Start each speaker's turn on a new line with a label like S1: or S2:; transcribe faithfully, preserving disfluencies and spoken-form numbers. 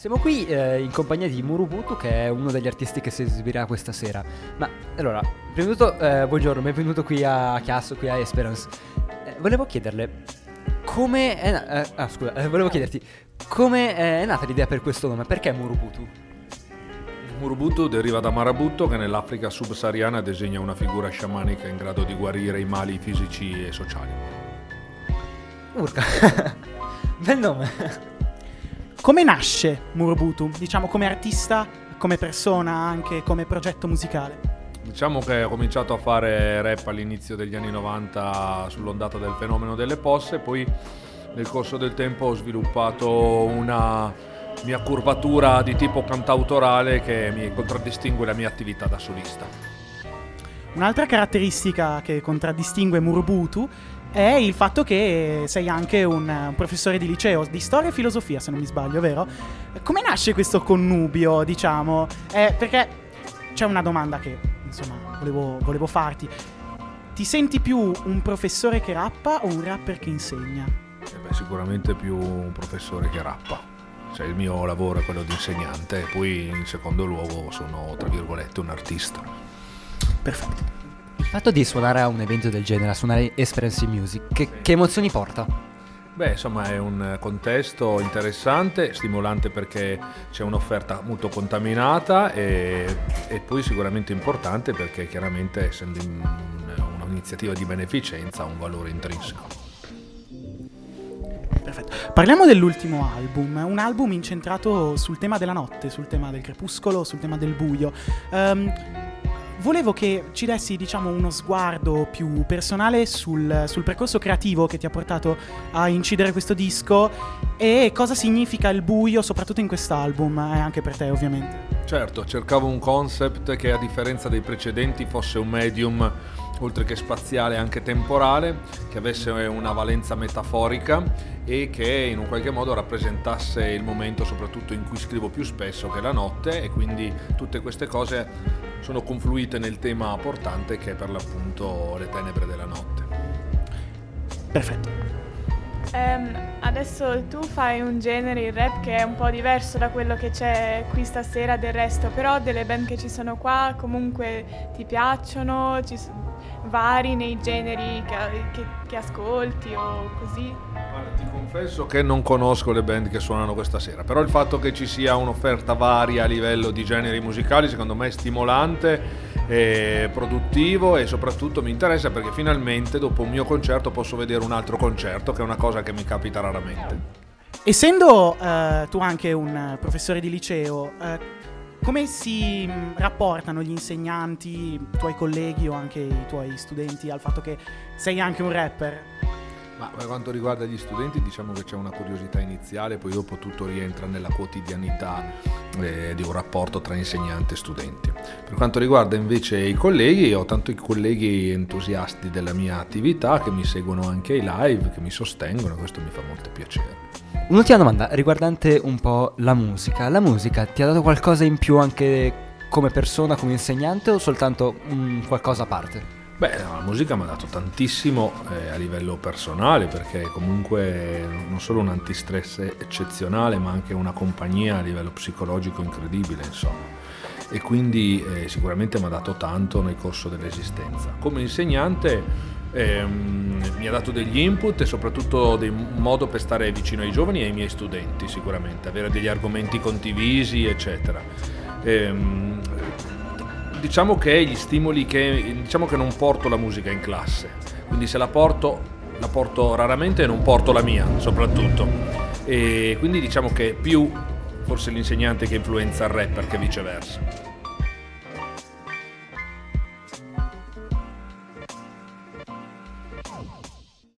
S1: Siamo qui eh, in compagnia di Murubutu, che è uno degli artisti che si esibirà questa sera. Ma allora, prima di tutto, eh, buongiorno, benvenuto qui a Chiasso, qui a Esperance. Eh, volevo chiederle come è na- eh, ah, scusa, eh, volevo chiederti come è nata l'idea per questo nome, perché Murubutu?
S2: Murubutu deriva da Marabutto, che nell'Africa subsahariana disegna una figura sciamanica in grado di guarire i mali fisici e sociali.
S1: Urca, bel nome.
S3: Come nasce Murubutu? Diciamo come artista, come persona, anche come progetto musicale.
S2: Diciamo che ho cominciato a fare rap all'inizio degli anni novanta sull'ondata del fenomeno delle posse, poi nel corso del tempo ho sviluppato una mia curvatura di tipo cantautorale che mi contraddistingue la mia attività da solista.
S3: Un'altra caratteristica che contraddistingue Murubutu è il fatto che sei anche un, un professore di liceo di storia e filosofia, se non mi sbaglio, vero? Come nasce questo connubio, diciamo? Eh, perché c'è una domanda che, insomma, volevo, volevo farti. Ti senti più un professore che rappa o un rapper che insegna?
S2: Eh beh, sicuramente più un professore che rappa. Cioè, il mio lavoro è quello di insegnante e poi in secondo luogo sono, tra virgolette, un artista.
S3: Perfetto.
S1: Il fatto di suonare a un evento del genere, a suonare Esperance Music, che, che emozioni porta?
S2: Beh, insomma, è un contesto interessante, stimolante perché c'è un'offerta molto contaminata e, e poi sicuramente importante perché chiaramente, essendo in, un'iniziativa di beneficenza, ha un valore intrinseco.
S3: Perfetto. Parliamo dell'ultimo album, un album incentrato sul tema della notte, sul tema del crepuscolo, sul tema del buio. Um, Volevo che ci dessi, diciamo, uno sguardo più personale sul, sul percorso creativo che ti ha portato a incidere questo disco e cosa significa il buio, soprattutto in quest'album, e anche per te, ovviamente.
S2: Certo, cercavo un concept che, a differenza dei precedenti, fosse un medium oltre che spaziale anche temporale, che avesse una valenza metaforica e che in un qualche modo rappresentasse il momento soprattutto in cui scrivo più spesso, che è la notte, e quindi tutte queste cose sono confluite nel tema portante che è per l'appunto le tenebre della notte.
S3: Perfetto.
S4: Um, adesso tu fai un genere, il rap, che è un po' diverso da quello che c'è qui stasera del resto, però delle band che ci sono qua comunque ti piacciono, ci sono vari nei generi che, che, che ascolti o così?
S2: Guarda, ti confesso che non conosco le band che suonano questa sera, però il fatto che ci sia un'offerta varia a livello di generi musicali secondo me è stimolante, è produttivo e soprattutto mi interessa perché finalmente dopo un mio concerto posso vedere un altro concerto, che è una cosa che mi capita raramente.
S3: Essendo uh, tu anche un professore di liceo, uh, come si mh, rapportano gli insegnanti, i tuoi colleghi o anche i tuoi studenti al fatto che sei anche un rapper?
S2: Ma per quanto riguarda gli studenti, diciamo che c'è una curiosità iniziale, poi dopo tutto rientra nella quotidianità eh, di un rapporto tra insegnante e studenti. Per quanto riguarda invece i colleghi, ho tanto i colleghi entusiasti della mia attività che mi seguono anche ai live, che mi sostengono, e questo mi fa molto piacere.
S1: Un'ultima domanda riguardante un po' la musica. La musica ti ha dato qualcosa in più anche come persona, come insegnante, o soltanto um, qualcosa a parte?
S2: Beh, la musica mi ha dato tantissimo eh, a livello personale, perché comunque non solo un antistress eccezionale, ma anche una compagnia a livello psicologico incredibile, insomma. E quindi eh, sicuramente mi ha dato tanto nel corso dell'esistenza. Come insegnante ehm, mi ha dato degli input e soprattutto dei, un modo per stare vicino ai giovani e ai miei studenti, sicuramente, avere degli argomenti condivisi, eccetera. Ehm, Diciamo che gli stimoli che diciamo che non porto la musica in classe, quindi se la porto la porto raramente e non porto la mia soprattutto, e quindi diciamo che più forse l'insegnante che influenza il rapper che viceversa.